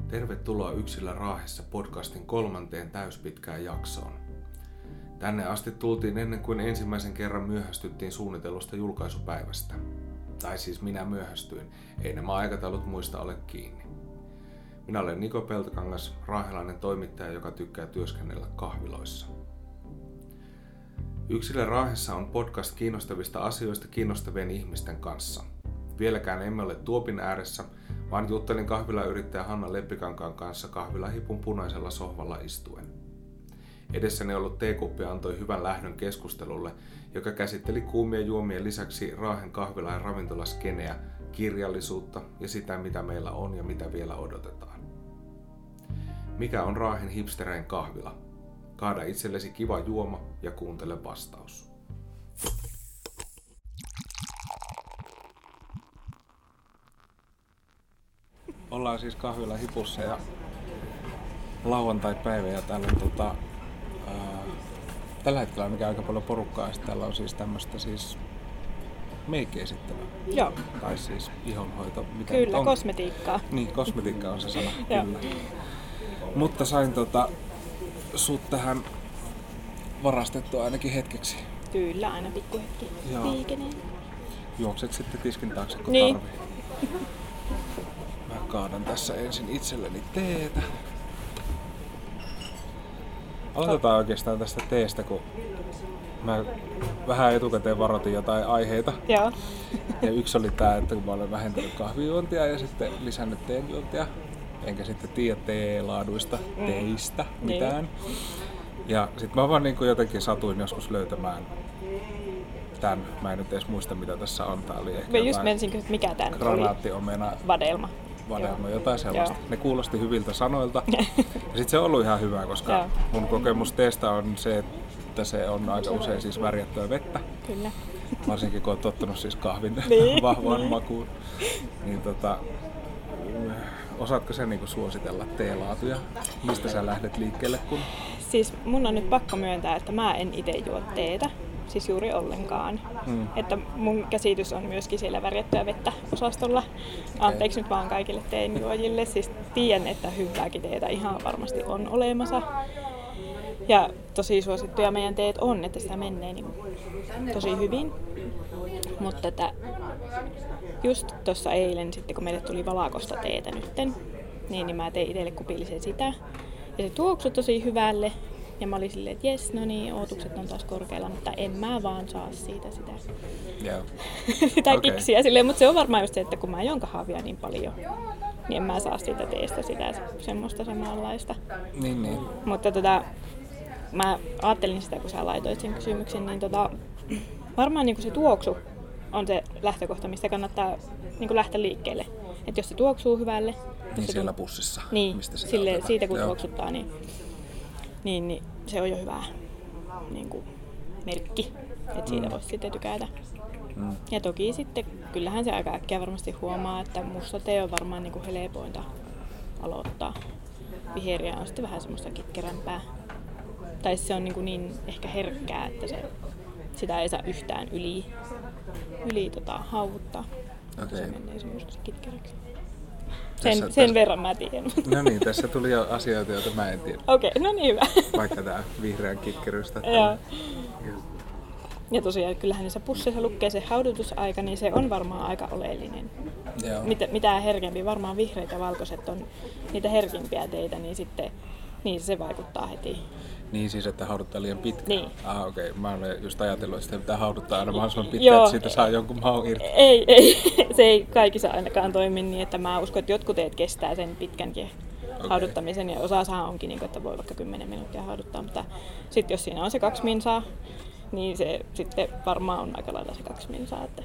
Tervetuloa Yksillä Raahessa podcastin 3. täyspitkään jaksoon. Tänne asti tultiin ennen kuin ensimmäisen kerran myöhästyttiin suunnitellusta julkaisupäivästä. Tai siis minä myöhästyin, ei nämä aikataulut muista ole kiinni. Minä olen Niko Peltokangas, raahelainen toimittaja, joka tykkää työskennellä kahviloissa. Yksillä Raahessa on podcast kiinnostavista asioista kiinnostavien ihmisten kanssa. Vieläkään emme ole tuopin ääressä, vaan juttelin kahvilayrittäjä Hanna Leppikankaan kanssa kahvilahipun punaisella sohvalla istuen. Edessäni ollut teekuppi antoi hyvän lähdön keskustelulle, joka käsitteli kuumien juomien lisäksi Raahen kahvila- ja ravintolaskeneä, kirjallisuutta ja sitä, mitä meillä on ja mitä vielä odotetaan. Mikä on Raahen hipsterein kahvila? Kaada itsellesi kiva juoma ja kuuntele vastaus. Ollaan siis kahvila hipussa ja lauantai-päivä ja täällä on tällä hetkellä on mikä aika paljon porukkaa ja täällä on siis tämmöstä siis make-esittelyä. Joo. Tai siis ihonhoito. Mitä Kyllä, on? Kosmetiikkaa. Niin, kosmetiikka on se sana. Kyllä. Mutta sain sut tähän varastettua ainakin hetkeksi. Kyllä, aina pikkuhetki liikeneen. Juokset sitten tiskin taakse, kun niin tarvii. Mä kaadan tässä ensin itselleni teetä. Aloitetaan oikeastaan tästä teestä, kun mä vähän etukäteen varoitin jotain aiheita. Joo. Ja yksi oli tää, että kun mä olen vähentänyt kahvijuontia ja sitten lisännyt teenjuontia, enkä sitten tiedä teelaaduista teistä mitään. Niin. Ja sit mä vaan jotenkin satuin joskus löytämään tän. Mä en nyt edes muista mitä tässä on. Tää oli ehkä mä just menisinkö, että mikä tää nyt oli? Granaattiomena. Vadelma, jotain sellaista. Joo. Ne kuulosti hyviltä sanoilta. Ja sit se on ollut ihan hyvä, koska mun kokemus teestä on se, että se on aika usein siis värjättyä vettä. Kyllä. Varsinkin kun on tottunut siis kahvin vahvaan makuun. Niin osaatko sä suositella teelaatuja? Mistä sä lähdet liikkeelle? Siis mun on nyt pakko myöntää, että mä en ite juo teetä. Siis juuri ollenkaan. Että mun käsitys on myöskin siellä värjättyä vettä -osastolla. Anteeksi nyt vaan kaikille teenjuojille. Siis tiedän, että hyvääkin teetä ihan varmasti on olemassa. Ja tosi suosittuja meidän teet on, että sitä menee niin tosi hyvin. Mutta just tuossa eilen sitten, kun meille tuli valakosta teetä nytten, niin mä tein itselle kupillisen sitä. Ja se tuoksui tosi hyvälle. Ja mä olin silleen, että jes, no niin, odotukset on taas korkealla, mutta en mä vaan saa siitä sitä kiksiä silleen. Mutta se on varmaan just se, että kun mä juon kahvia niin paljon, niin en mä saa siitä teestä sitä semmoista samanlaista. Niin. Mutta mä ajattelin sitä, kun sä laitoit sen kysymyksen, niin varmaan niin se tuoksu on se lähtökohta, mistä kannattaa niin lähteä liikkeelle. Että jos se tuoksuu hyvälle. Niin siellä pussissa. Niin, mistä siitä kun tuoksuttaa, niin se on jo hyvä niin kuin merkki, että siitä voisi sitten tykätä. Ja toki sitten, kyllähän se aika äkkiä varmasti huomaa, että musta tee on varmaan niin kuin helpointa aloittaa. Viheriä on sitten vähän semmoista kitkerämpää. Tai se on niin ehkä herkkää, että sitä ei saa yhtään yli hauvuttaa. Okay. Se menee semmoista kitkeräksi. Sen verran mä tiedän. No niin, tässä tuli jo asioita, joita mä en tiedä. Okei, no niin hyvä. Vaikka tää vihreän kitkerystä. Ja tosiaan kyllähän niissä pusseissa lukee se haudutusaika, niin se on varmaan aika oleellinen. Joo. Mitä herkempi, varmaan vihreät ja valkoiset on niitä herkimpiä teitä, niin sitten se vaikuttaa heti. Niin siis, että hauduttaa liian pitkään? Niin. Okei. Mä olen just ajatellut, että sitä pitää hauduttaa aina mahdollisimman pitkään, että siitä saa jonkun maun irti. Ei. Se ei kaikissa ainakaan toimi niin, että mä uskon, että jotkut teet kestää sen pitkänkin hauduttamisen ja osa onkin, että voi vaikka 10 minuuttia hauduttaa, mutta sitten jos siinä on se 2 minsaa, niin se sitten varmaan on aika lailla se 2 minsaa. Että.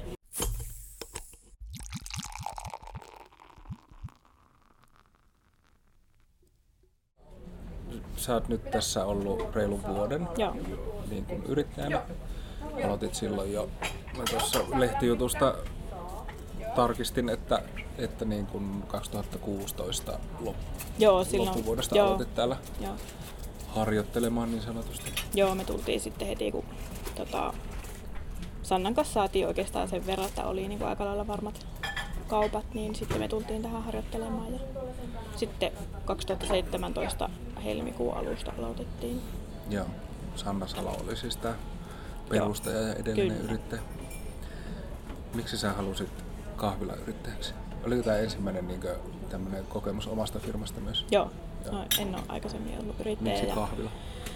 Sä oot nyt tässä ollut reilun vuoden niin kuin yrittäjänä. Aloitit silloin jo, mä tuossa lehtijutusta tarkistin, että niin kuin 2016 loppuvuodesta aloitit täällä harjoittelemaan niin sanotusti. Joo, me tultiin sitten heti, kun Sannan kanssa saatiin oikeastaan sen verran, että oli niin kuin aika lailla kaupat, niin sitten me tultiin tähän harjoittelemaan ja sitten 2017 helmikuun alusta aloitettiin. Joo, Sanna Salo oli siis tämä perustaja ja edellinen yrittäjä. Miksi sä halusit kahvilayrittäjäksi? Oliko tämä ensimmäinen tämmöinen kokemus omasta firmasta myös? Joo. No, en ole aikaisemmin ollut yrittäjä. Miksi kahvila?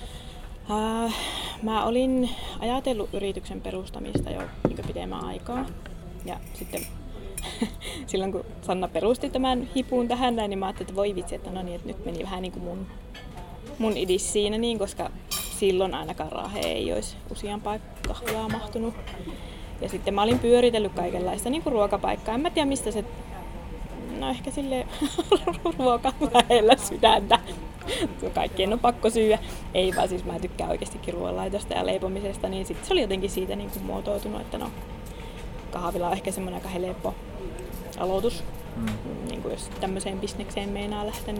Mä olin ajatellut yrityksen perustamista jo pitemmän aikaa. Ja sitten silloin kun Sanna perusti tämän hipun tähän näin, niin mä ajattelin, että voi vitsi, että no niin, että nyt meni vähän niin kuin mun idis siinä, niin, koska silloin ainakaan Raaheen ei olisi useampaa kahvilaa mahtunut. Ja sitten mä olin pyöritellyt kaikenlaista niin kuin ruokapaikkaa. En mä tiedä mistä se, no ehkä silleen ruoka lähellä sydäntä. Kaikkien on pakko syyä. Ei vaan siis mä tykkään oikeastikin ruoanlaitosta ja leipomisesta, niin sitten se oli jotenkin siitä niin kuin muotoutunut, että no kahvila on ehkä semmoinen aika helppo aloitus. Niin kuin jos tämmöiseen bisnekseen meinaa lähteä,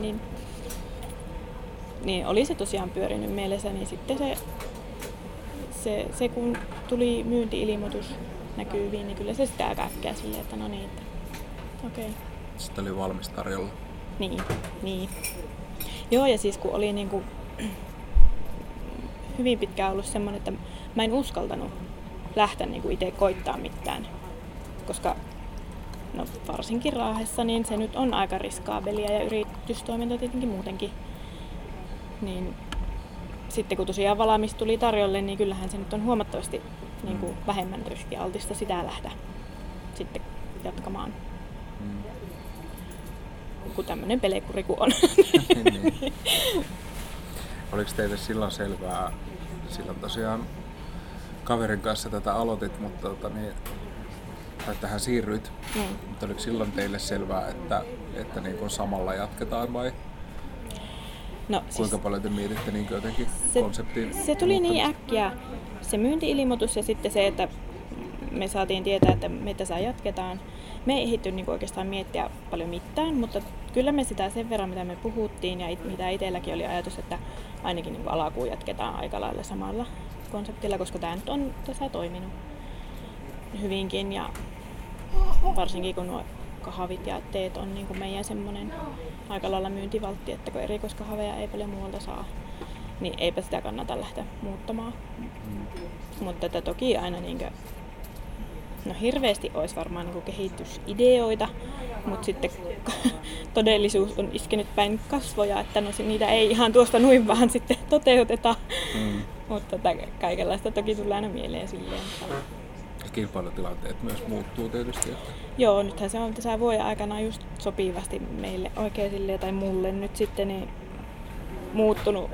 niin oli se tosiaan pyörinyt mielessä, niin sitten se kun tuli myynti-ilmoitus näkyviin, niin kyllä se sitä aika äkkiä silleen, että no niin, että okei. Sitten oli valmis tarjolla. Niin. Joo, ja siis kun oli niinku hyvin pitkään ollut semmoinen, että mä en uskaltanut lähteä niinku itse koittaa mitään, koska no varsinkin Raahessa, niin se nyt on aika riskaabelia ja yritystoiminta tietenkin muutenkin. Niin sitten kun tosiaan valmis tuli tarjolle, niin kyllähän se nyt on huomattavasti niin kuin vähemmän riskialtista sitä lähteä sitten jatkamaan. Kun tämmöinen pelekuri kun on. Niin. Oliko teille silloin selvää, silloin tosiaan kaverin kanssa tätä aloitit, mutta tai tähän siirryit, mutta oliko silloin teille selvää, että niin kuin samalla jatketaan vai? No, kuinka siis paljon te mietitte niin jotenkin konseptiin? Se tuli niin äkkiä, se myynti-ilmoitus ja sitten se, että me saatiin tietää, että mitä saa jatketaan. Me ei ehditty niin oikeastaan miettiä paljon mitään, mutta kyllä me sitä sen verran, mitä me puhuttiin ja mitä itselläkin oli ajatus, että ainakin niin alakuun jatketaan aika lailla samalla konseptilla, koska tämä nyt on tässä toiminut hyvinkin ja varsinkin kun nuo kahvit ja teet on niin kuin meidän semmoinen aika lailla myyntivaltti, että kun erikoiskahveja ei paljon muualta saa, niin eipä sitä kannata lähteä muuttamaan. Mutta että toki aina niin kuin, no hirveästi olisi varmaan niin kuin kehitysideoita, mutta sitten todellisuus on iskenyt päin kasvoja, että no niitä ei ihan tuosta noin vaan sitten toteuteta. Mutta kaikenlaista toki tulee aina mieleen silleen. Kilpailutilanteet myös muuttuu tietysti. Että... Joo, nythän se on tässä vuoden aikana just sopivasti meille oikein silleen, tai mulle nyt sitten niin muuttunut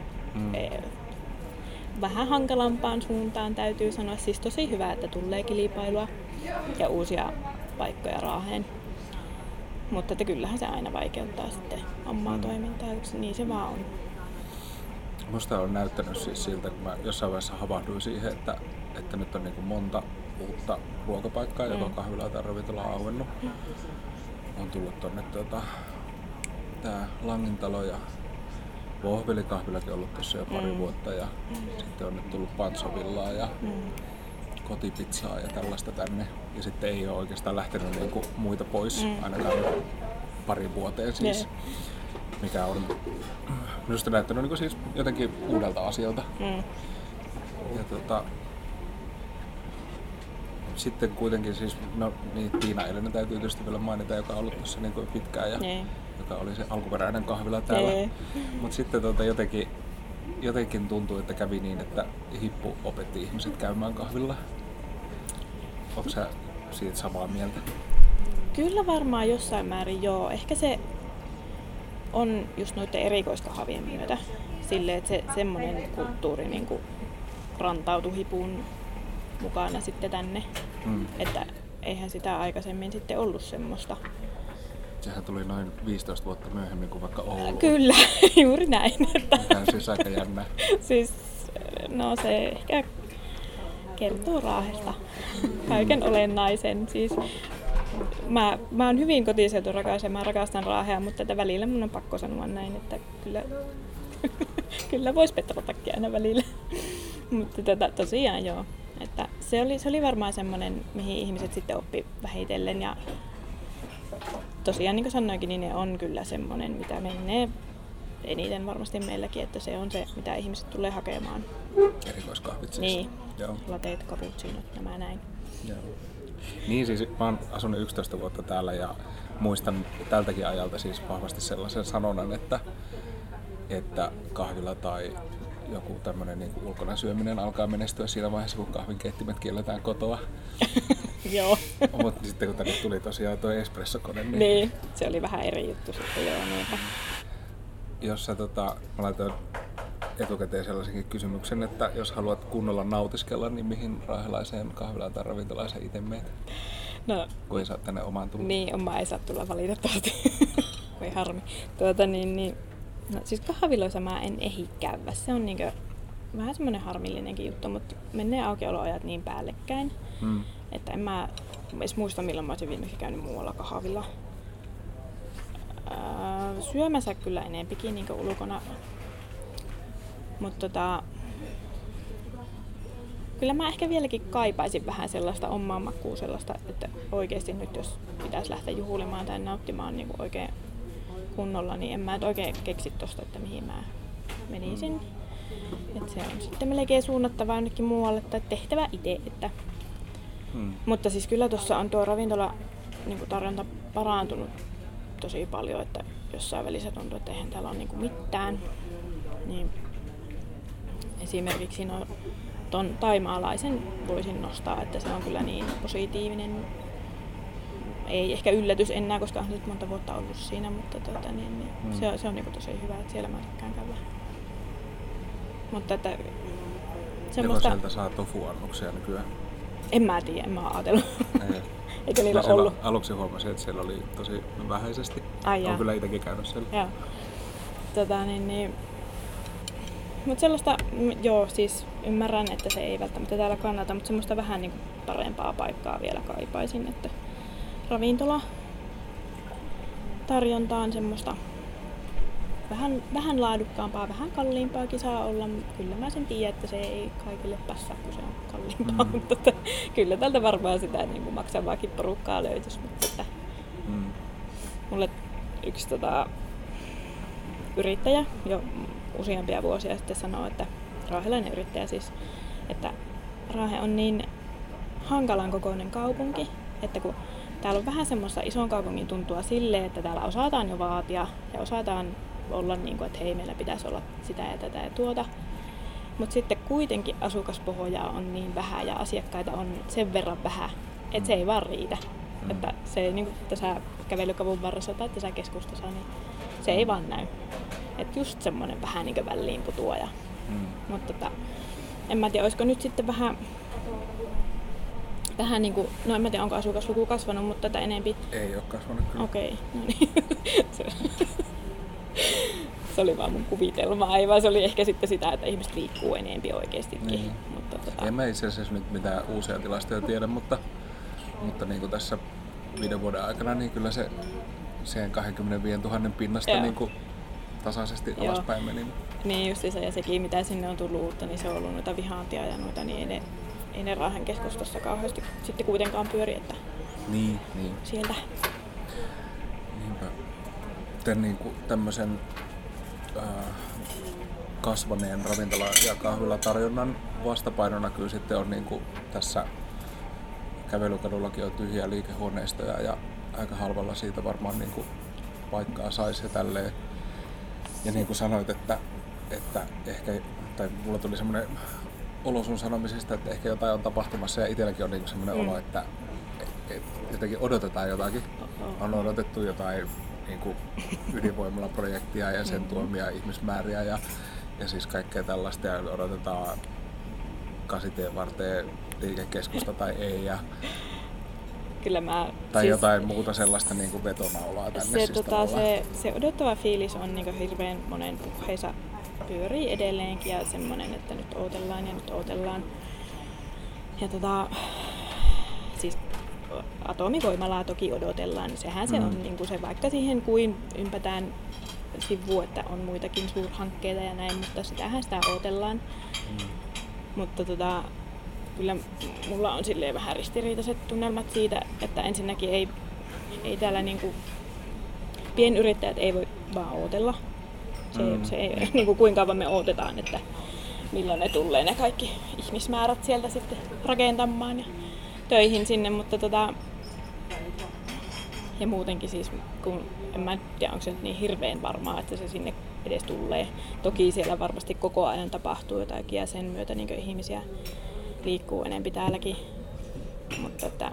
vähän hankalampaan suuntaan täytyy sanoa. Siis tosi hyvä, että tulee kilpailua ja uusia paikkoja Raaheen. Mutta että kyllähän se aina vaikeuttaa sitten omaa toimintaa, niin se vaan on. Musta on näyttänyt siis siltä, kun mä jossain vaiheessa havahduin siihen, että nyt on niin kuin monta uutta ruokapaikkaa, joka kahvila tai ravintola on auennut. On tullut tonne tää Langintalo ja Vohvelikahvilakin ollut tässä jo pari vuotta ja sitten on nyt tullut Pansovillaa ja kotipizzaa ja tällaista tänne. Ja sitten ei ole oikeastaan lähtenyt niinku muita pois ainakaan pari vuoteen siis. Mikä on minusta näyttänyt niin siis jotenkin uudelta asialta. Ja sitten kuitenkin siis, no niin, Tiina Elinen täytyy tietysti vielä mainita, joka on ollut tuossa niin pitkään ja joka oli se alkuperäinen kahvila täällä. Mutta sitten jotenkin tuntuu, että kävi niin, että hippu opetti ihmiset käymään kahvilla. Onko sä siitä samaa mieltä? Kyllä varmaan jossain määrin joo. Ehkä se on just noiden erikoiskahvien myötä silleen, että se semmoinen kulttuuri niin kuin rantautui hipun mukana sitten tänne. Että eihän sitä aikaisemmin sitten ollut semmoista. Sehän tuli noin 15 vuotta myöhemmin kuin vaikka Oulu. Kyllä, juuri näin. Mikä on siis aika jännä. Siis, no se ehkä kertoo Raahesta kaiken olennaisen. Siis, mä oon hyvin kotiseuturakas ja mä rakastan Raahea, mutta tätä välillä mun on pakko sanoa näin, että kyllä vois petratakin aina välillä. Mutta tosiaan joo. Että se oli varmaan semmoinen, mihin ihmiset sitten oppi vähitellen ja tosiaan niin kuin sanoinkin, niin ne on kyllä semmoinen, mitä menee eniten varmasti meilläkin, että se on se, mitä ihmiset tulee hakemaan. Erikoiskahvit siis. Niin, Joo. lateet, cappuccinot, nämä näin. Joo. Niin siis mä oon asunut 11 vuotta täällä ja muistan tältäkin ajalta siis vahvasti sellaisen sanonnan, että kahvila tai joku tämmönen niin kuin ulkona syöminen alkaa menestyä siinä vaiheessa, kun kahvinkeittimet kielletään kotoa. Joo. Mutta sitten kun tänne tuli tosiaan tuo espressokone, niin se oli vähän eri juttu sitten, joo. Niinpä. Jos sä mä laitoin etukäteen sellaisenkin kysymyksen, että jos haluat kunnolla nautiskella, niin mihin raahelaiseen kahvilaan tai ravintolaiseen itse meet? No, kun ei saa tänne omaan tulla. Niin, oma ei saa tulla valitettavasti. Voi harmi. No, siis kahviloissa mä en ehdi käydä. Se on niinkö vähän semmoinen harmillinenkin juttu, mutta menee aukioloajat niin päällekkäin, että en mä edes muista milloin mä olisin viimeksi käynyt muualla kahvilla. Syömässä kyllä enempikin niin ulkona, mutta kyllä mä ehkä vieläkin kaipaisin vähän sellaista omaa makua, sellaista, että oikeasti nyt jos pitäisi lähteä juhlimaan tai nauttimaan niin oikein kunnolla, niin en mä oikein keksi tosta, että mihin mä menisin. Et se on sitten melkein suunnattava jonnekin muualle tai tehtävä itse. Mutta siis kyllä tuossa on tuo ravintola niin tarjonta parantunut tosi paljon, että jossain välissä tuntuu, että eihän täällä ole niin mitään. Niin esimerkiksi ton thaimaalaisen voisin nostaa, että se on kyllä niin positiivinen. Ei ehkä yllätys enää, koska on nyt monta vuotta ollut siinä, mutta se on niin tosi hyvä, että siellä mä tykkään käydä. Mutta että semmoista... Joko sieltä saa tofu-annoksia nykyään? En mä tiedä, en mä oon ajatellut. Eikä niillä ollut. Aluksi huomasin, että siellä oli tosi vähäisesti. Olen kyllä itsekin käynyt siellä. Joo. Mutta sellaista, joo, siis ymmärrän, että se ei välttämättä täällä kannata, mutta semmoista vähän niin parempaa paikkaa vielä kaipaisin, että ravintola tarjontaan semmoista vähän laadukkaampaa, vähän kalliimpaakin saa olla. Kyllä mä sen tiedän, että se ei kaikille passaa, kun se on kalliimpaa, mutta kyllä tältä varmaan sitä niin kuin maksavaakin porukkaa löytyisi. Mutta mulle yksi yrittäjä jo useampia vuosia sitten sanoo, että raahelainen yrittäjä siis, että Raahe on niin hankalan kokoinen kaupunki, että kun täällä on vähän semmoista ison kaupungin tuntua silleen, että täällä osataan jo vaatia ja osataan olla niin kuin, että hei, meillä pitäisi olla sitä ja tätä ja tuota. Mutta sitten kuitenkin asukaspohjaa on niin vähän ja asiakkaita on sen verran vähän, että se ei vaan riitä. Että se ei niin kuin tässä kävelykavun varressa tai tässä keskustassa, niin se ei vaan näy. Että just semmoinen vähän niin kuin väliinputoaja. Mutta en mä tiedä, olisiko nyt sitten vähän niin kuin, no en mä tiedä, onko asukasluku kasvanut, mutta tätä enempi. Ei ole kasvanut kyllä. Okei, no niin. Se oli vaan mun kuvitelma, aivan. Se oli ehkä sitten sitä, että ihmiset liikkuu enempi oikeastikin. Niin. Mutta, En mä itse asiassa nyt mitään uusia tilastoja tiedä, mutta niin kuin tässä 5 vuoden aikana niin kyllä se 25 000 pinnasta niin kuin tasaisesti alaspäin meni. Niin justiinsa, ja sekin mitä sinne on tullut uutta, niin se on ollut noita vihaantia ja noita, niin ei ne Raahen keskustassa kauheasti sitten kuitenkaan pyöri, että niin. sieltä. Niinpä. Niin kuin tämmöisen kasvaneen ravintola- ja kahvilatarjonnan vastapainona kyllä sitten on niin kuin tässä kävelykadullakin on tyhjiä liikehuoneistoja ja aika halvalla siitä varmaan niin kuin paikkaa saisi ja tälleen. Ja niin kuin sanoit, että ehkä, tai mulla tuli semmoinen olo sun sanomisesta, että ehkä jotain on tapahtumassa ja itselläkin on niin kuin semmoinen olo, että jotenkin odotetaan jotakin. On odotettu jotain niin kuin ydinvoimalaprojektia ja sen tuomia ihmismääriä ja siis kaikkea tällaista ja odotetaan 8-tien varteen liikekeskusta tai ei. Ja kyllä tai siis jotain muuta sellaista niin kuin vetonaulaa tänne. Se odottava fiilis on niin kuin hirveän monen puheissa pyörii edelleenkin ja semmoinen, että nyt odotellaan. Ja siis atomivoimalaa toki odotellaan, niin sehän se on niin kuin se, vaikka siihen kuin ympätään sivu, että on muitakin suurhankkeita ja näin, mutta sitä odotellaan. Mutta kyllä mulla on silleen vähän ristiriitaiset tunnelmat siitä, että ensinnäkin ei ei täällä niinku, pienyrittäjät ei voi vaan ootella. Se ei niinku kuinka kauan me odotetaan, että milloin ne tulee ne kaikki ihmismäärät sieltä sitten rakentamaan ja töihin sinne, mutta ja muutenkin siis, kun en mä tiedä, onko se nyt niin hirveän varmaa, että se sinne edes tulee. Toki siellä varmasti koko ajan tapahtuu jotakin ja sen myötä niin ihmisiä liikkuu enemmän täälläkin, mutta että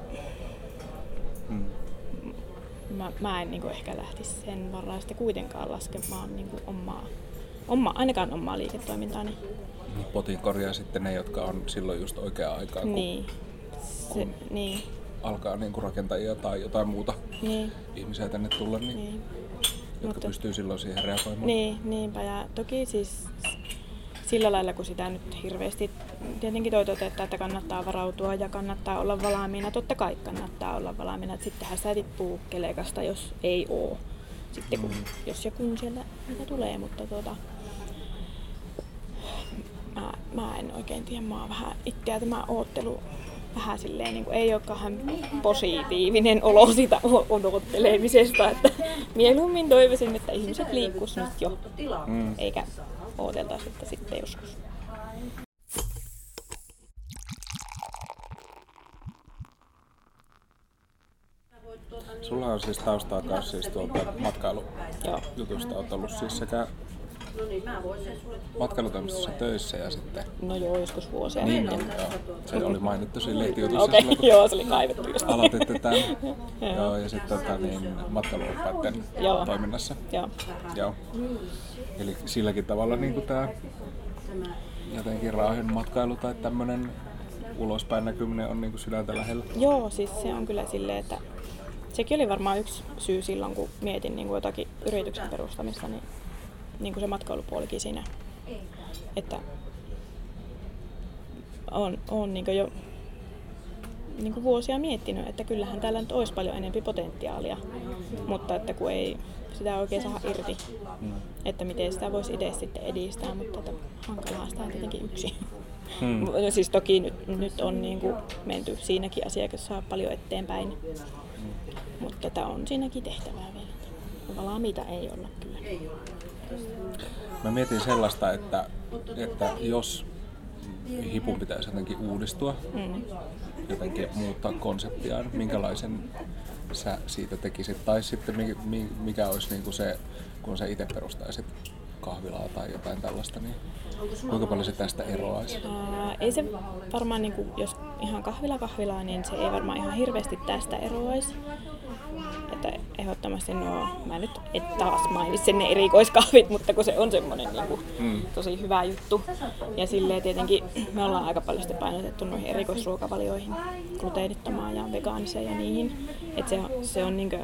mä en niin ehkä lähtisi sen varaan sitten kuitenkaan laskemaan niin ainakaan omaa liiketoimintaani. Potin korjaa sitten ne, jotka on silloin just oikeaan aikaan, kun alkaa niinku rakentajia tai jotain muuta ihmisiä tänne tulla, jotka pystyy silloin siihen reagoimaan. Niinpä, ja toki siis sillä lailla, kun sitä nyt hirveästi tietenkin toitotetaan, että kannattaa varautua ja kannattaa olla valmiina. Totta kai kannattaa olla valmiina. Sittenhän sitä tippuu kelekasta, jos ei oo. Sitten jos ja kun sieltä mitä tulee, mutta mä en oikein tiedä. Mä oon vähän itseä tämä oottelu vähän silleen, niin kuin ei ole kauhean positiivinen olo siitä odottelemisesta, että mieluummin toivoisin, että ihmiset liikkuis nyt jo, eikä ooteltaisi, että sitten joskus. Sulla on siis taustaa kanssa siis tuolta matkailujutusta, olet ollut siis sekä matkailutoimistossa töissä ja sitten... No joo, joskus vuosia. Niin, se oli mainittu siinä lehtijutussa. Okei, joo, se oli kaivettu just. Aloititte tämän. Joo, ja sitten matkailuoppaiden toiminnassa. Joo. Eli silläkin tavalla niin tämä jotenkin Raahen matkailu tai tämmöinen ulospäin näkyminen on niin sydäntä lähellä. Joo, siis se on kyllä silleen, että sekin oli varmaan yksi syy silloin, kun mietin niin jotakin yrityksen perustamista, niin kuin se matkailupuolikin siinä, että on niin jo niin vuosia miettinyt, että kyllähän täällä nyt olisi paljon enemmän potentiaalia, mutta että kun ei sitä oikein saa irti, että miten sitä voisi itse sitten edistää, mutta että hankalaa sitä on tietenkin yksin. Siis toki nyt on niin kuin menty siinäkin asiakassa paljon eteenpäin, mutta että on siinäkin tehtävää vielä. Valmiita ei olla kyllä. Mä mietin sellaista, että jos hipun pitäisi jotenkin uudistua, jotenkin muuttaa konseptiaan, minkälaisen sä siitä tekisit, tai sitten mikä olisi niinku se, kun sä itse perustaisit kahvilaa tai jotain tällaista, niin kuinka paljon se tästä eroaisi? Ei se varmaan, niin kuin, jos ihan kahvilaa, niin se ei varmaan ihan hirveästi tästä eroaisi. Että ehdottomasti mä nyt taas mainitsen ne erikoiskahvit, mutta kun se on semmoinen tosi hyvä juttu. Ja silleen tietenkin me ollaan aika paljon sitten painotettu noihin erikoisruokavalioihin, gluteenittomaan ja vegaaniseen ja niihin. Että se on niinku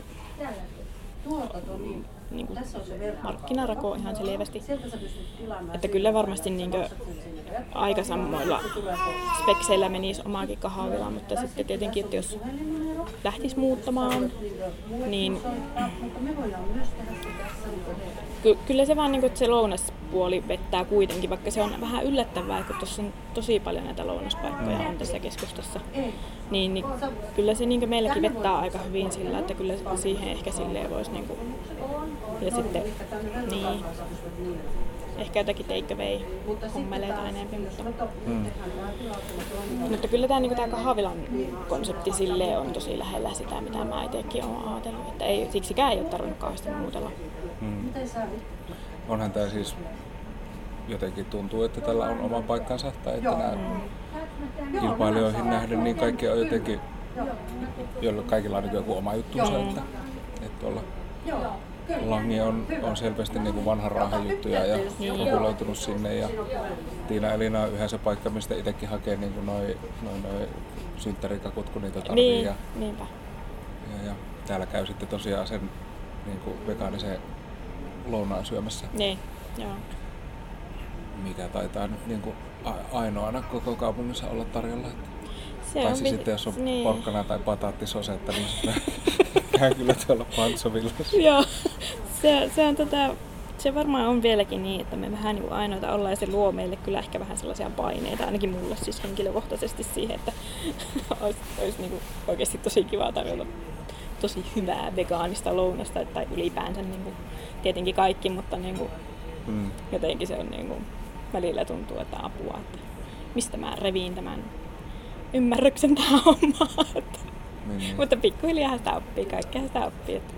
markkinarako ihan selvästi. Että kyllä varmasti aika samoilla spekseillä menisi omaakin kahvila, mutta sitten tietenkin, että jos lähtisi muuttamaan, niin kyllä se vaan että se lounaspuoli vettää kuitenkin, vaikka se on vähän yllättävää, kun tuossa on tosi paljon näitä lounaspaikkoja on tässä keskustassa. Niin kyllä se meilläkin vettää aika hyvin sillä, että kyllä siihen ehkä silleen voisi ja sitten ehkä jotakin take away hommeleita enemmän, mutta kyllä tämä kahvilan konsepti silleen on tosi lähellä sitä, mitä mä itsekin olen ajatellut, että siksikään ei ole tarvinnut kauheasti muutella. Onhan tämä siis jotenkin tuntuu, että tällä on oma paikkansa, tai että nämä kilpailijoihin nähden, niin kaikki on jotenkin, joilla kaikilla on joku oma juttunsa, että tuolla Langi on selvästi niin kuin vanhan Raahen juttuja ja populoitunut sinne, ja Tiina Elina on yhä se paikka, mistä itsekin hakee niin kuin noi synttärikakut, kun niitä tarvii. Niinpä. Ja täällä käy sitten tosiaan sen niin kuin vegaanisen lounaan syömässä. Niin, joo. Mikä taitaa nyt niin kuin ainoana koko kaupungissa olla tarjolla. Tai sitten jos on porkkana tai pataattisosetta, niin käy kyllä tuolla Pantsovillassa. Joo, se varmaan on vieläkin niin, että me vähän niin ainoita ollaan, ja se luo meille kyllä ehkä vähän sellaisia paineita, ainakin mulle siis henkilökohtaisesti siihen, että olisi niin oikeasti tosi kiva tarjota tosi hyvää vegaanista lounasta, tai ylipäänsä niin kuin, tietenkin kaikki, mutta niin kuin, jotenkin se on niin kuin, välillä tuntuu, että apua, että mistä mä reviin tämän ymmärryksen tähän hommaan. Niin. Mutta pikkuhiljaa sitä oppii, kaikkea sitä oppii. Että.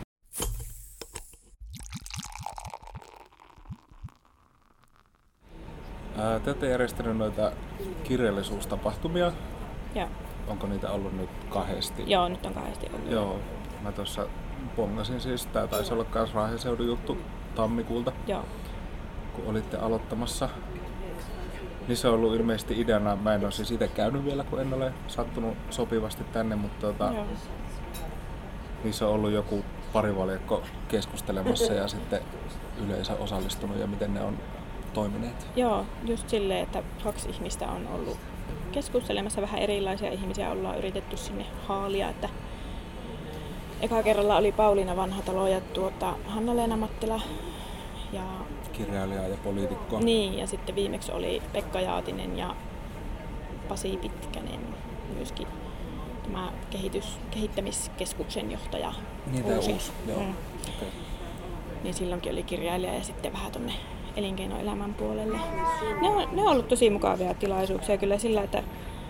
Te olette järjestänyt noita kirjallisuustapahtumia. Joo. Onko niitä ollut nyt 2? Joo, nyt on 2 ollut. Joo. Mä tuossa pongasin siis, tää taisi olla kans Raahen seudun juttu tammikuulta. Joo. Kun olitte aloittamassa. Niissä on ollut ilmeisesti ideana, mä en ole siis itse käynyt vielä, kun en ole sattunut sopivasti tänne, mutta niissä on ollut joku parivaljakko keskustelemassa ja sitten yleisö osallistunut ja miten ne on toimineet. Joo, just silleen, että 2 ihmistä on ollut keskustelemassa, vähän erilaisia ihmisiä ollaan yritetty sinne haalia, että eka kerralla oli Pauliina Vanhatalo ja Hanna-Leena Mattila ja kirjailija ja poliitikko. Niin, ja sitten viimeksi oli Pekka Jaatinen ja Pasi Pitkänen, myöskin tämä kehittämiskeskuksen johtaja. Niin, tämä uusi. Joo. Okay. Niin silloinkin oli kirjailija ja sitten vähän tuonne elinkeinoelämän puolelle. Ne on ollut tosi mukavia tilaisuuksia kyllä sillä, että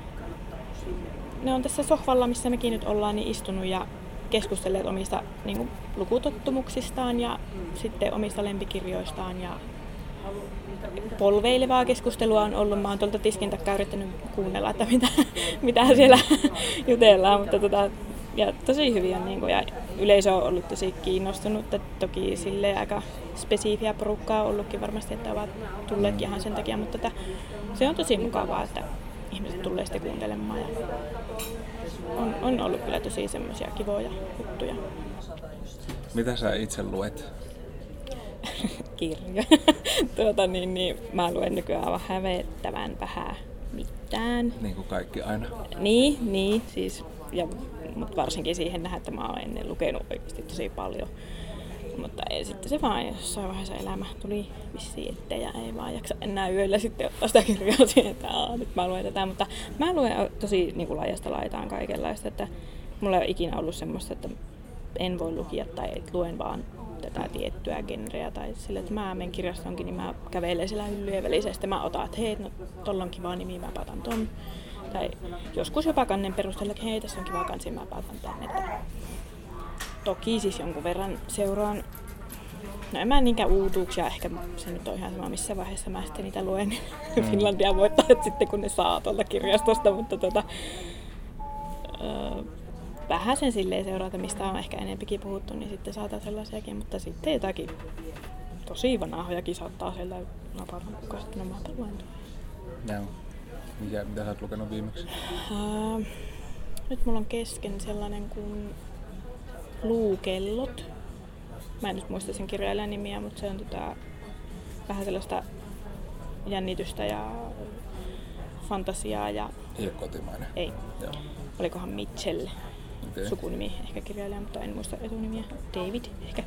ne on tässä sohvalla, missä mekin nyt ollaan, niin istunut ja keskustelleet omista niin kuin, lukutottumuksistaan ja sitten omista lempikirjoistaan ja polveilevaa keskustelua on ollut. Mä oon tuolta tiskin takaa yrittänyt kuunnella, että mitä siellä jutellaan, mutta ja tosi hyviä niin kuin, ja yleisö on ollut tosi kiinnostunut, että toki silleen aika spesifiä porukkaa on ollutkin varmasti, että ovat tulleet ihan sen takia, mutta se on tosi mukavaa, että ihmiset tulee sitten kuuntelemaan ja on ollut kyllä tosi semmoisia kivoja juttuja. Mitä sä itse luet? Kirja. Mä luen nykyään aivan hävettävän vähän mitään. Niin kuin kaikki aina. Niin siis, mutta varsinkin siihen nähdä, että mä oon ennen lukenut oikeasti tosi paljon. Mutta sitten se vaan jossain vaiheessa elämä tuli vissiin eteen ja ei vaan jaksa enää yöllä sitten ottaa sitä kirjaa siihen, että nyt mä luen tätä. Mutta mä luen tosi niin kuin laajasta laitaan kaikenlaista, että mulla ei ole ikinä ollut semmoista, että en voi lukia tai luen vaan tätä tiettyä genreä tai sille, että mä menen kirjastonkin, niin mä kävelen siellä hyllyjen välissä ja sitten mä otan, että hei, no tolla on kiva nimi, mä otan ton. Tai joskus jopa kannen perusteella, että hei, tässä on kiva kansi, mä otan tänne. Toki siis jonkun verran seuraan, no en mä niinkään uutuuksia, ehkä se nyt on ihan sama missä vaiheessa mä sitten niitä luen. Finlandia voittajat sitten kun ne saa tuolta kirjastosta, mutta vähän sen silleen seurata, mistä on ehkä enempikin puhuttu, niin sitten saattaa sellaisiakin, mutta sitten jotakin tosi vanhojakin saattaa sieltä napata, kun sitten mä luen. Joo. Mitä sä oot lukenut viimeksi? Nyt mulla on kesken sellainen kuin Luukellot. Mä en nyt muista sen kirjailijan nimiä, mutta se on vähän sellaista jännitystä ja fantasiaa. Ja ei ole kotimainen? Ei. Joo. Olikohan Mitchell sukunimi, ehkä kirjailija, mutta en muista etunimiä. David ehkä.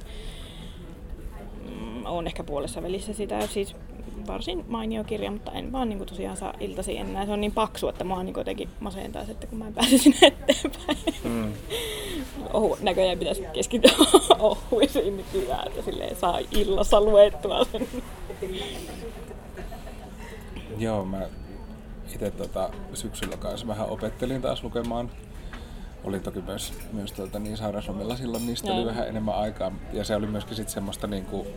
Olen ehkä puolessa välissä sitä. Siis varsin mainio kirja, mutta en vaan niin kuin tosiaan saa iltasi enää. Se on niin paksu, että mua niin jotenkin masentaa sitten, kun mä en pääse sinne eteenpäin. Näköjään pitäisi keskittyä ohuisiin nykyään, että silleen saa illassa luettua sen. Joo, mä itse syksyllä kanssa vähän opettelin taas lukemaan. Olin toki myös niin sairauslomilla silloin, niistä oli vähän enemmän aikaa. Ja se oli myöskin sit semmoista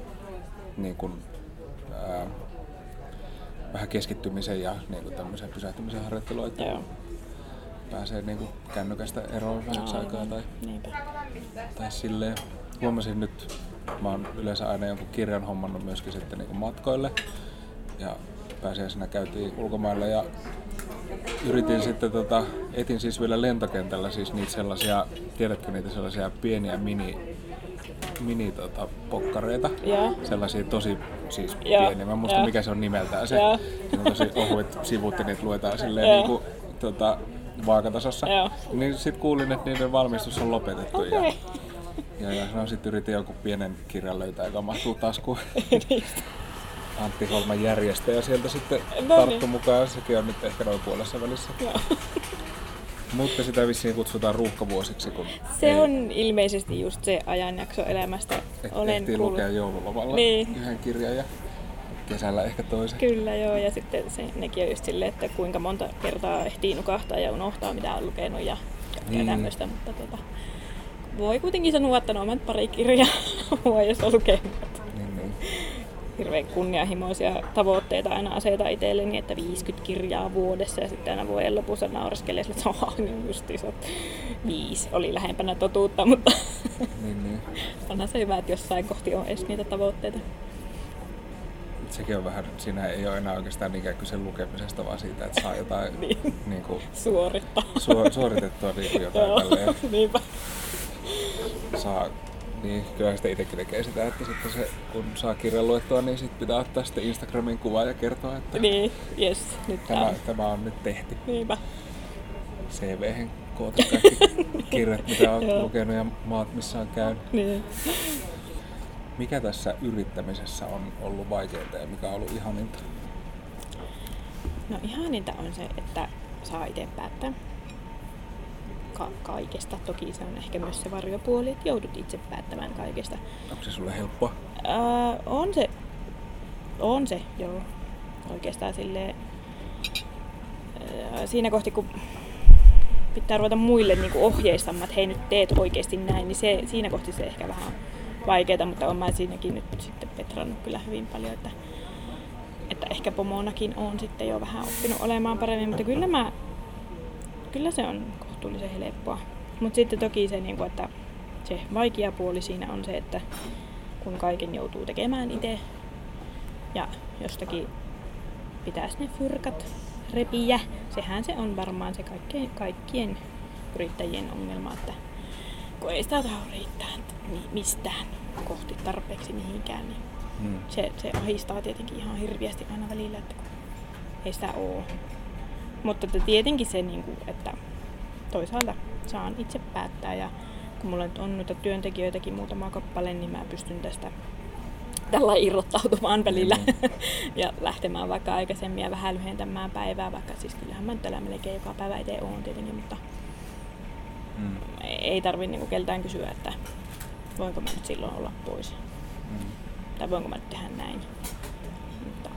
vähän keskittymisen ja tämmöisen pysähtymisen harjoittelua, että pääsee kännykästä eroon vähäksi aikaa tai silleen. Huomasin nyt, mä oon yleensä aina jonkun kirjan hommannut myöskin sitten matkoille ja pääsiäisenä käytiin ulkomailla ja yritin sitten etin siis vielä lentokentällä siis niitä sellaisia, tiedätkö niitä sellaisia pieniä mini pokkareita, sellaisia tosi siis pieniä, mä en muista mikä se on nimeltään se on tosi ohuet sivut ja niitä luetaan silleen niinku vaakatasossa, niin sit kuulin, että niiden valmistus on lopetettu ja sitten yritin jonkun pienen kirjan löytää, joka mahtuu taskuun. Antti Holman järjestäjä sieltä sitten tarttui mukaan, sekin on nyt ehkä noin puolessa välissä. Mutta sitä vissiin kutsutaan ruuhkavuosiksi, kun se on ilmeisesti just se ajanjakso elämästä. Olen kuullut. Lukea joululomalla yhden kirjan ja kesällä ehkä toisen. Kyllä joo, ja sitten nekin on just silleen, että kuinka monta kertaa ehtii nukahtaa ja unohtaa mitä on lukenut ja tämmöistä, mutta voi kuitenkin sanoa, että no pari kirjaa vuodessa lukenut. Niin. Hirveän kunnianhimoisia tavoitteita aina aseta itselleni, että 50 kirjaa vuodessa ja sitten aina vuoden lopussa naureskelee, että se on justiinsa 5 oli lähempänä totuutta, mutta niin. onhan se hyvä, että jossain kohti on edes niitä tavoitteita. Sekin on vähän, siinä ei ole enää oikeastaan niinkään kyse lukemisesta, vaan siitä, että saa jotain niin kuin, suoritettua niin kuin jotain tälleen. Niinpä. Niin, kyllä sitä itsekin tekee sitä, että sitten se, kun saa kirjan luettua, niin sitten pitää ottaa sitten Instagramin kuva ja kertoa, että niin, yes, nyt tämä on nyt tehty. Niinpä. CV:hen koota kaikki kirjat, mitä on lukenut ja maat, missä on käynyt. Niin. Mikä tässä yrittämisessä on ollut vaikeinta ja mikä on ollut ihaninta? No ihaninta on se, että saa itse päättää kaikesta. Toki se on ehkä myös se varjopuoli, että joudut itse päättämään kaikesta. Onko se sulle helppoa? On se, joo. Oikeastaan silleen, siinä kohti, kun pitää ruveta muille niin kuin ohjeistamaan, että hei nyt teet oikeasti näin, niin siinä kohti se ehkä vähän vaikeaa, mutta olen mä siinäkin nyt sitten petrannut kyllä hyvin paljon, että ehkä pomonakin on sitten jo vähän oppinut olemaan paremmin, mutta kyllä se on kohtuullisen helppoa. Mutta sitten toki se, että se vaikea puoli siinä on se, että kun kaiken joutuu tekemään itse ja jostakin pitäisi ne fyrkat repiä, sehän se on varmaan se kaikkien yrittäjien ongelma, että kun ei sitä tahdo riittää mistään kohti tarpeeksi mihinkään, niin se ahistaa tietenkin ihan hirviästi aina välillä, että ei sitä ole. Mutta tietenkin se, että toisaalta saan itse päättää ja kun mulla nyt on noita työntekijöitäkin muutama kappale, niin mä pystyn tästä tällä irrottautumaan välillä ja lähtemään vaikka aikaisemmin ja vähän lyhentämään päivää, vaikka siis kyllähän mä nyt tällä melkein joka päivä itse oon tietenkin, mutta ei tarvitse keltään kysyä, että voinko mä nyt silloin olla pois tai voinko mä nyt tehdä näin. Mutta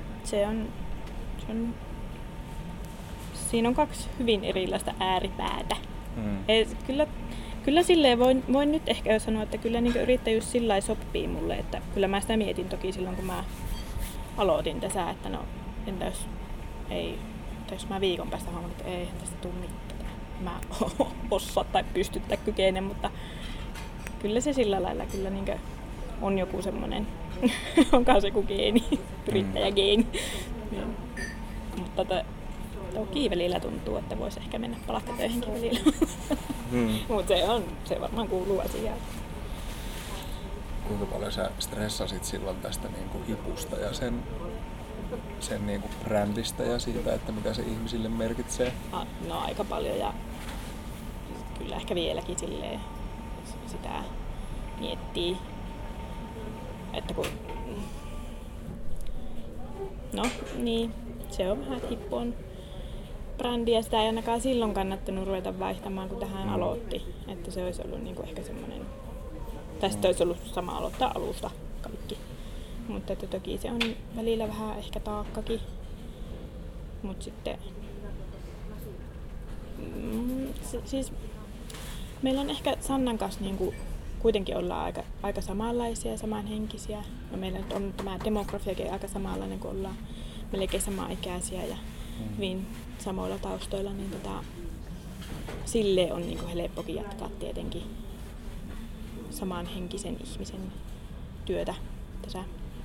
siinä on 2 hyvin erilaista ääripäätä. Kyllä silleen voin nyt ehkä sanoa, että kyllä niin yrittäjyys sillä lailla sopii mulle, että kyllä mä sitä mietin toki silloin, kun mä aloitin tässä, että no entä jos mä viikon päästä huomaan, että ei tästä tule mitään. Mä osaa tai pysty tai kykene, mutta kyllä se sillä lailla kyllä niin on joku semmoinen, onkaan se joku geeni, yrittäjägeeni. Mutta toki välillä tuntuu, että voisi ehkä mennä palkkatöihinkin välillä. Mutta se varmaan kuuluu asiaan. Kuinka paljon sä stressasit silloin tästä niinku hipusta ja sen niinku brändistä ja siitä, että mitä se ihmisille merkitsee? No aika paljon ja kyllä ehkä vieläkin silleen sitä miettii, että kun no niin, se on vähän, että hippu on brändi ja sitä ei ainakaan silloin kannattanut ruveta vaihtamaan, kun tähän aloitti. Että se olisi ollut niinku ehkä semmoinen, tästä olisi ollut sama aloittaa alusta kaikki. Mutta että toki se on välillä vähän ehkä taakkakin. Mut sitten siis meillä on ehkä Sannan kanssa niinku kuitenkin ollaan aika samanlaisia, samanhenkisiä. No meillä nyt on tämä demografiakin aika samanlainen, kun ollaan melkein samaikäisiä ja hyvin samoilla taustoilla, niin silleen on niinku helppokin jatkaa tietenkin samanhenkisen ihmisen työtä tässä.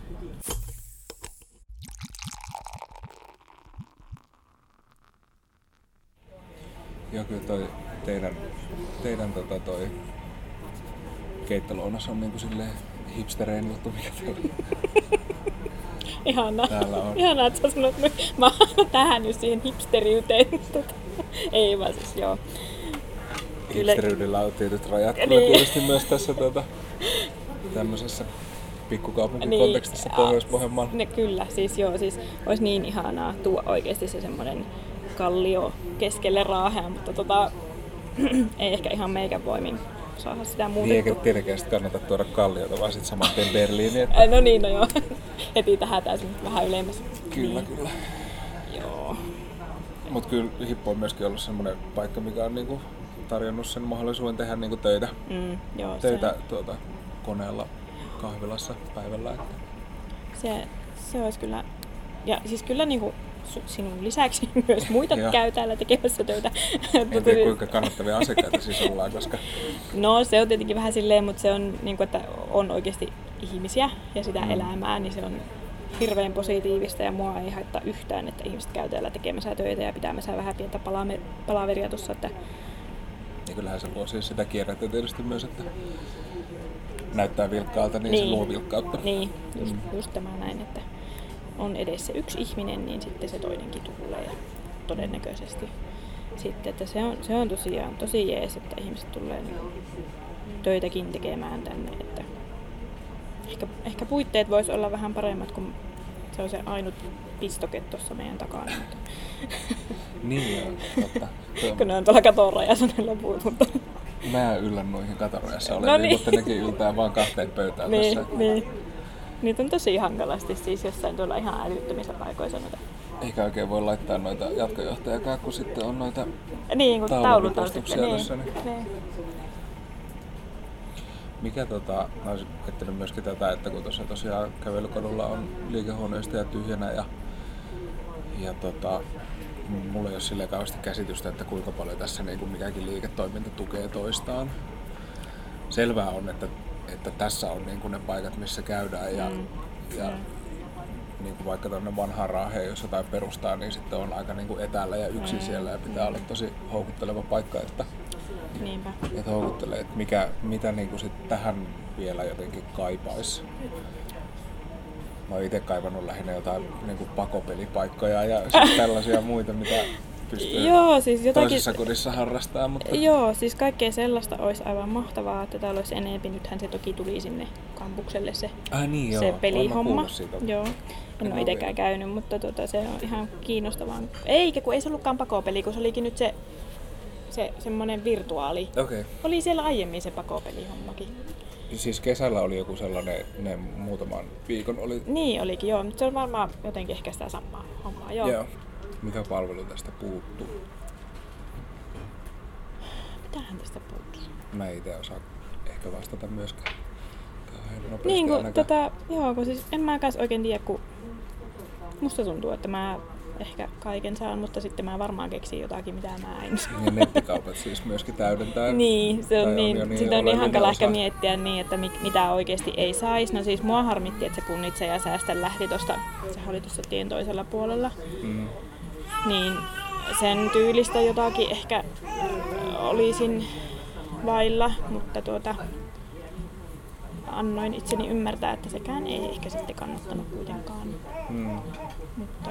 Joo, kyllä toi teidän toi keittolounas on niinku silleen hipsterein juttu, mikä täällä Ihanaa. Täällä on. Ihanaa, että sä sanot, mä oon tähän nyt siihen hipsteriyteen. Ei vaan siis, joo. Hipsteryydellä on tietyt rajat. Kyllä kuulosti myös tässä tämmöisessä pikkukaupunkikontekstissa Pohjois-Pohjanmaalla. Kyllä, siis joo, siis olisi niin ihanaa tuoda oikeasti se semmoinen kallio keskelle Raahea, mutta ei ehkä ihan meikän voimin saada sitä muutettua. Niin, eikä tietenkään sit kannata tuoda kalliota, vaan sitten saman tien Berliiniin. No niin, no joo. Heti tähätään sen vähän ylemmäs. Kyllä, niin. kyllä. Joo. Mut kyllä Hippo on myöskin ollut semmoinen paikka, mikä on niinku tarjonnut sen mahdollisuuden tehdä niinku töitä, Joo, töitä koneella kahvilassa päivällä. Että. Se olisi kyllä, ja siis kyllä niinku sinun lisäksi myös muita käy täällä tekemässä töitä. En tiedä kuinka kannattavia asiakkaita siis ollaan, koska... No se on tietenkin vähän silleen, mutta se on niinku, että on oikeasti ihmisiä ja sitä elämää, niin se on hirveän positiivista ja mua ei haittaa yhtään, että ihmiset käy täällä tekemässä töitä ja pitämässä vähän pientä palaveria tuossa. Että... Ja kyllähän se luo siis sitä kierrettä tietysti myös, että näyttää vilkkaalta, niin se luo vilkkautta. Niin, just tämä näin, että on edes se yksi ihminen, niin sitten se toinenkin tulee todennäköisesti. Sitten, että se on tosiaan tosi jees, että ihmiset tulee töitäkin tekemään tänne. Että ehkä puitteet vois olla vähän paremmat, kun se on se ainut pistoke tuossa meidän takana. Niin joo, totta. Kun ne on tuolla katorajassa ne loput, mutta... Mä yllän noihin katorajassa oleviin, mutta nekin yltää vaan 2 pöytään tässä. Niin. Niitä on tosi hankalasti siis jossain tuolla ihan älyttömissä paikoissa noita. Eikä oikein voi laittaa noita jatkojohtajakaan, kun sitten on noita taulupostuksia tuossa. Niin. Mikä mä olisin miettinyt myöskin tätä, että kun tuossa tosiaan kävelykadulla on liikehuoneistoja tyhjänä ja mulla ei ole silleen kauheasti käsitystä, että kuinka paljon tässä niin kuin mikäkin liiketoiminta tukee toistaan. Selvää on, että tässä on niin kuin ne paikat, missä käydään ja niin kuin vaikka tuonne vanhaan Raaheen, jos jotain perustaa, niin sitten on aika niin kuin etäällä ja yksin siellä ja pitää olla tosi houkutteleva paikka, että houkuttelee, että mitä niin kuin sit tähän vielä jotenkin kaipaisi. Mä oon itse kaivannut lähinnä jotain niin kuin pakopelipaikkoja ja tällaisia muita, mitä pystyy toisessa kodissa harrastamaan. Mutta... Joo, siis kaikkea sellaista olisi aivan mahtavaa, että täällä olisi enemmän. Nythän se toki tuli sinne kampukselle se pelihomma. Joo. En ole itsekään käynyt, mutta se on ihan kiinnostavaa. Eikä, kun ei se ollutkaan pakopeli, kun se olikin nyt se semmoinen virtuaali. Okay. Oli siellä aiemmin se pakopelihommakin. Siis kesällä oli joku sellainen, ne muutaman viikon oli... Niin olikin, joo. Mutta se on varmaan jotenkin ehkä sitä samaa hommaa, joo. Mikä palvelu tästä puuttuu? Mitähän tästä puuttuu? Mä en itse osaa ehkä vastata myöskään. Niin kuin kun siis en mä kanssa oikein tiedä, kun musta tuntuu, että mä ehkä kaiken saan, mutta sitten mä varmaan keksin jotakin, mitä mä en saa. Ja nettikaupat siis myöskin täydentää. Niin, se on sitä on niin hankala ehkä miettiä niin, että mitä oikeasti ei saisi. No siis mua harmitti, että se Punnitse ja Säästä lähti tosta, se oli tuossa tien toisella puolella. Niin sen tyylistä jotakin ehkä olisin vailla, mutta annoin itseni ymmärtää, että sekään ei ehkä sitten kannattanut kuitenkaan. Mutta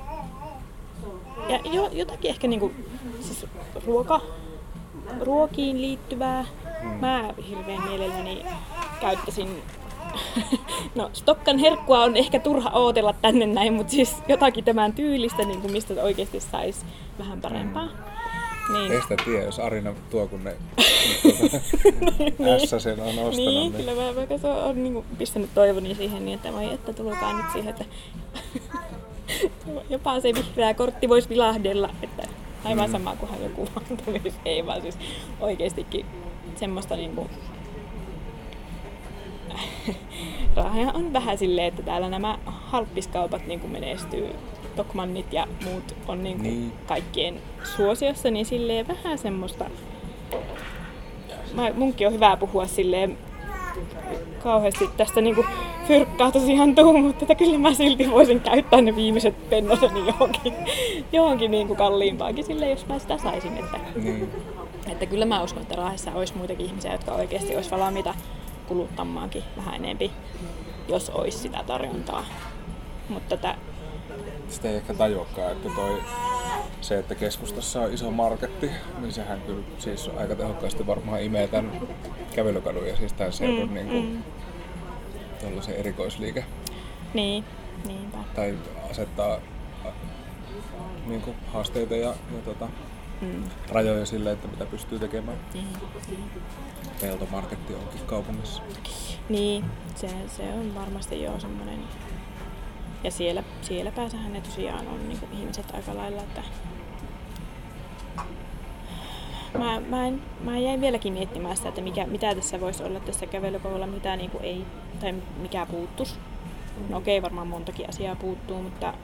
ja jotakin ehkä niinku siis ruokiin liittyvää. Mä hirveän mielelläni käyttäisin no Stokkan herkkua on ehkä turha ootella tänne näin, mutta siis jotakin tämän tyylistä, niin kuin mistä oikeasti saisi vähän parempaa. Niin. Ei sitä tiedä, jos Arina tuo, kun ne ässä sen on ostanut. Niin, kyllä mä olen niin pistänyt toivoni siihen, niin että vai että tulkaa nyt siihen, että jopa se vihreä kortti voisi vilahdella, että aivan sama kunhan joku tulisi. Ei vaan siis oikeastikin semmoista niinku... Raahea on vähän silleen, että täällä nämä halppiskaupat niinku menestyy. Tokmannit ja muut on niinku kaikkien suosiossa, niin silleen vähän semmoista... Munkin on hyvä puhua silleen kauheasti tästä niinku fyrkkaa tosiaan mutta että kyllä mä silti voisin käyttää ne viimeiset pennoseni johonkin niinku kalliimpaankin silleen, jos mä sitä saisin. Että kyllä mä uskon, että Raahessa olisi muitakin ihmisiä, jotka oikeasti olisi valmiita kuluttamaankin vähän enempi, jos olisi sitä tarjontaa. Mutta sitä ei ehkä tajuakaan, että se, että keskustassa on iso marketti, niin sehän kyllä siis aika tehokkaasti varmaan imee tämän kävelykadun ja siis tämän seudun tällaisen erikoisliike. Niin, niinpä. Tai asettaa niin kuin haasteita ja rajoja sille, että mitä pystyy tekemään. Peltomarketti onkin kaupungissa. Niin, se on varmasti jo semmoinen. Ja siellä pääsähän ne tosiaan on niin kuin ihmiset aika lailla, että mä jäin vieläkin miettimään sitä, että mitä tässä voisi olla tässä kävelypolulla, mitä niin kuin ei, tai mikä puuttuisi. No okei, varmaan montakin asiaa puuttuu, mutta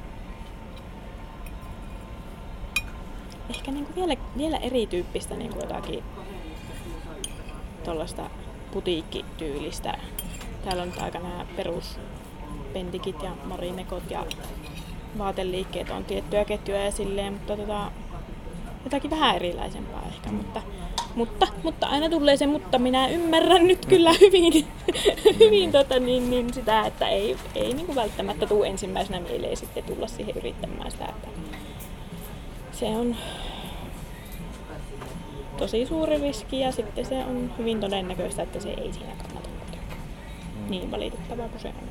ehkä niin kuin vielä erityyppistä niin kuin jotakin tuollaista putiikkityylistä. Täällä on nyt aika nämä peruspentikit ja marimekot ja vaateliikkeet on tiettyjä ketjuja ja silleen, mutta jotakin vähän erilaisempaa ehkä, mutta aina tulee se, mutta minä ymmärrän nyt kyllä hyvin sitä, että ei niinku välttämättä tule ensimmäisenä mieleen sitten tulla siihen yrittämään sitä, että se on tosi suuri riski ja sitten se on hyvin todennäköistä, että se ei siinä kannata niin valitettavaa kuin se on.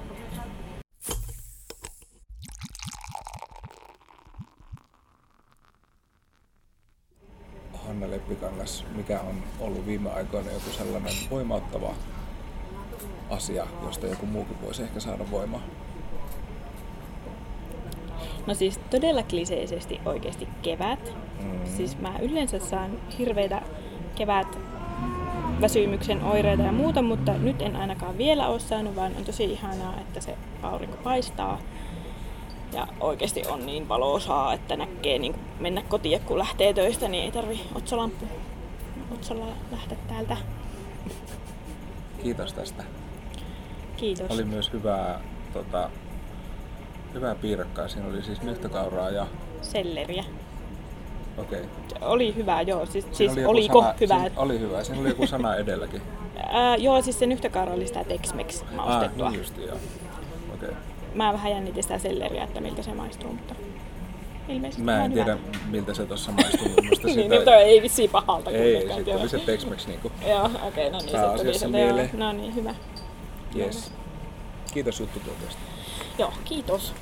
Hanna Leppikangas, mikä on ollut viime aikoina joku sellainen voimauttava asia, josta joku muukin voisi ehkä saada voimaa? No siis todella kliseisesti oikeasti kevät. Siis mä yleensä saan hirveitä kevätväsymyksen oireita ja muuta, mutta nyt en ainakaan vielä ole saanut, vaan on tosi ihanaa, että se aurinko paistaa. Ja oikeasti on niin valoisaa, että näkee niin mennä kotiin, kun lähtee töistä, niin ei tarvi otsalla lähteä täältä. Kiitos tästä. Kiitos. Oli myös hyvää piirakkaa. Siinä oli siis nyhtökauraa ja selleriä. Okei. Oli hyvä, joo. Siis oliko hyvä? Oli hyvä. Siinä oli joku sana edelläkin. Joo, siis se nyhtökaura oli sitä Tex-Mex maustettua. Niin justi, joo. Okei. Mä vähän jännitin sitä selleriä, että miltä se maistuu, mutta ilmeisesti mä en tiedä, miltä se tossa maistuu. Niin, mutta ei vissiin pahalta. Ei, sitten oli se Tex-Mex niinku. Joo, okei, no niin. Pääasiassa mieleen. No niin, hyvä. Yes. Kiitos juttutuotosta. Joo, kiitos.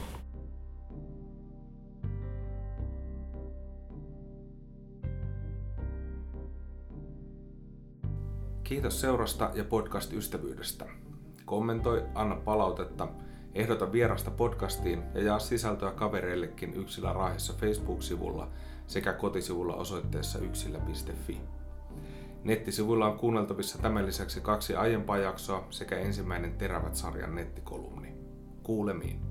Kiitos seurasta ja podcast-ystävyydestä. Kommentoi, anna palautetta, ehdota vierasta podcastiin ja jaa sisältöä kavereillekin Yksilä Raahessa Facebook-sivulla sekä kotisivulla osoitteessa yksilä.fi. Nettisivuilla on kuunneltavissa tämän lisäksi 2 aiempaa jaksoa sekä ensimmäinen Terävät-sarjan nettikolumni. Kuulemiin.